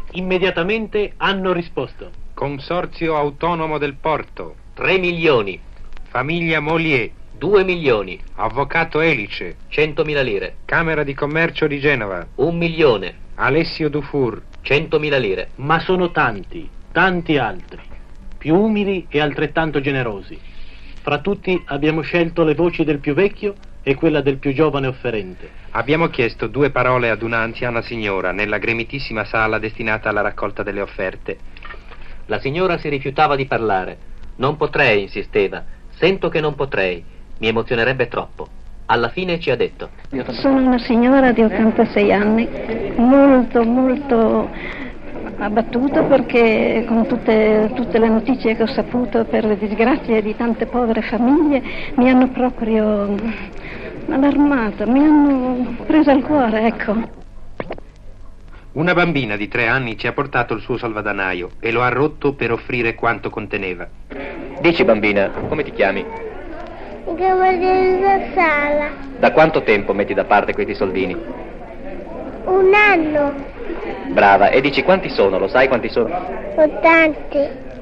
Immediatamente hanno risposto. Consorzio Autonomo del Porto. 3 milioni. Famiglia Molier. 2 milioni. Avvocato Elice. 100.000 lire. Camera di Commercio di Genova. 1 milione. Alessio Dufour. 100.000 lire. Ma sono tanti, tanti altri, più umili e altrettanto generosi. Fra tutti abbiamo scelto le voci del più vecchio e quella del più giovane offerente. Abbiamo chiesto 2 parole ad una anziana signora nella gremitissima sala destinata alla raccolta delle offerte. La signora si rifiutava di parlare. Non potrei, insisteva. Sento che non potrei. Mi emozionerebbe troppo. Alla fine ci ha detto: sono una signora di 86 anni, molto abbattuta perché con tutte le notizie che ho saputo per le disgrazie di tante povere famiglie mi hanno proprio allarmata, mi hanno preso al cuore, ecco. Una bambina di 3 anni ci ha portato il suo salvadanaio e lo ha rotto per offrire quanto conteneva. Dici, bambina, come ti chiami? Gabriella Sala. Da quanto tempo metti da parte questi soldini? 1 anno. Brava, e dici quanti sono? Lo sai quanti sono? Sono tanti.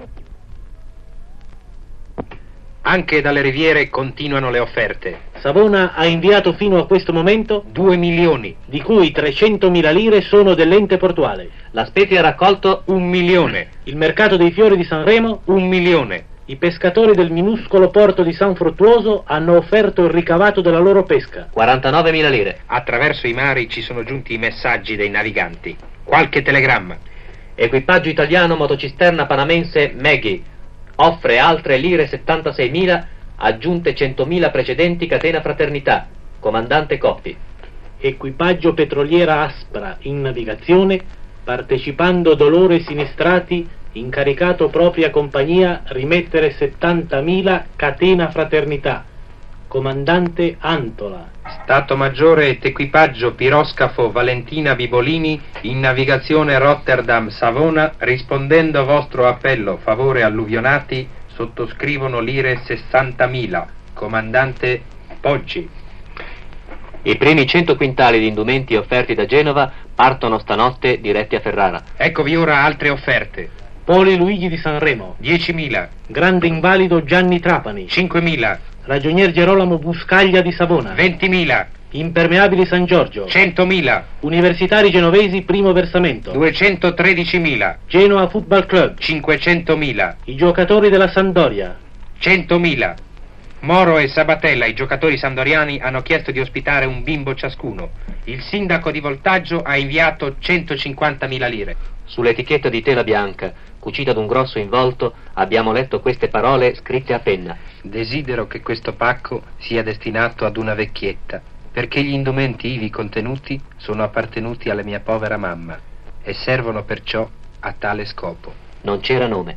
Anche dalle riviere continuano le offerte. Savona ha inviato fino a questo momento 2 milioni. di cui 300.000 lire sono dell'ente portuale. La Spezia ha raccolto 1 milione. Il mercato dei fiori di Sanremo, 1 milione. i pescatori del minuscolo porto di San Fruttuoso hanno offerto il ricavato della loro pesca. 49.000 lire. Attraverso i mari ci sono giunti i messaggi dei naviganti. Qualche telegramma. Equipaggio italiano motocisterna panamense Maggie. Offre altre lire 76.000, aggiunte 100.000 precedenti catena fraternità. Comandante Coppi. Equipaggio petroliera Aspra in navigazione, partecipando Dolore Sinistrati, incaricato propria compagnia rimettere 70.000 catena fraternità. Comandante Antola. Stato Maggiore ed equipaggio piroscafo Valentina Bibolini in navigazione Rotterdam-Savona, rispondendo vostro appello favore alluvionati, sottoscrivono lire 60.000. Comandante Poggi. I primi 100 quintali di indumenti offerti da Genova partono stanotte diretti a Ferrara. Eccovi ora altre offerte. Poli Luigi di Sanremo. 10.000. Grande invalido Gianni Trapani. 5.000. Ragionier Gerolamo Buscaglia di Savona. 20.000. Impermeabili San Giorgio. 100.000. Universitari genovesi primo versamento. 213.000. Genoa Football Club. 500.000. I giocatori della Sampdoria. 100.000. Moro e Sabatella, i giocatori sandoriani, hanno chiesto di ospitare un bimbo ciascuno. Il sindaco di Voltaggio ha inviato 150.000 lire. Sull'etichetta di tela bianca, cucita d'un grosso involto, abbiamo letto queste parole scritte a penna. Desidero che questo pacco sia destinato ad una vecchietta, perché gli indumenti ivi contenuti sono appartenuti alla mia povera mamma e servono perciò a tale scopo. Non c'era nome.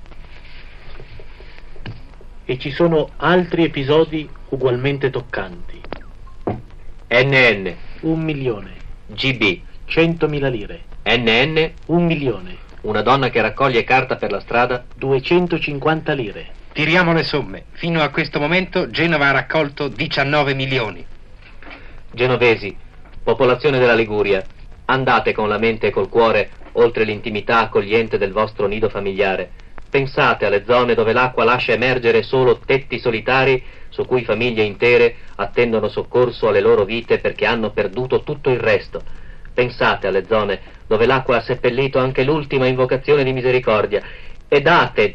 E ci sono altri episodi ugualmente toccanti. NN. 1 milione. GB. 100.000 lire. NN. 1 milione. Una donna che raccoglie carta per la strada. 250 lire. Tiriamo le somme. Fino a questo momento Genova ha raccolto 19 milioni. Genovesi, popolazione della Liguria, andate con la mente e col cuore oltre l'intimità accogliente del vostro nido familiare. Pensate alle zone dove l'acqua lascia emergere solo tetti solitari su cui famiglie intere attendono soccorso alle loro vite perché hanno perduto tutto il resto. Pensate alle zone dove l'acqua ha seppellito anche l'ultima invocazione di misericordia e date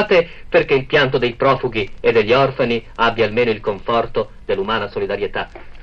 perché il pianto dei profughi e degli orfani abbia almeno il conforto dell'umana solidarietà.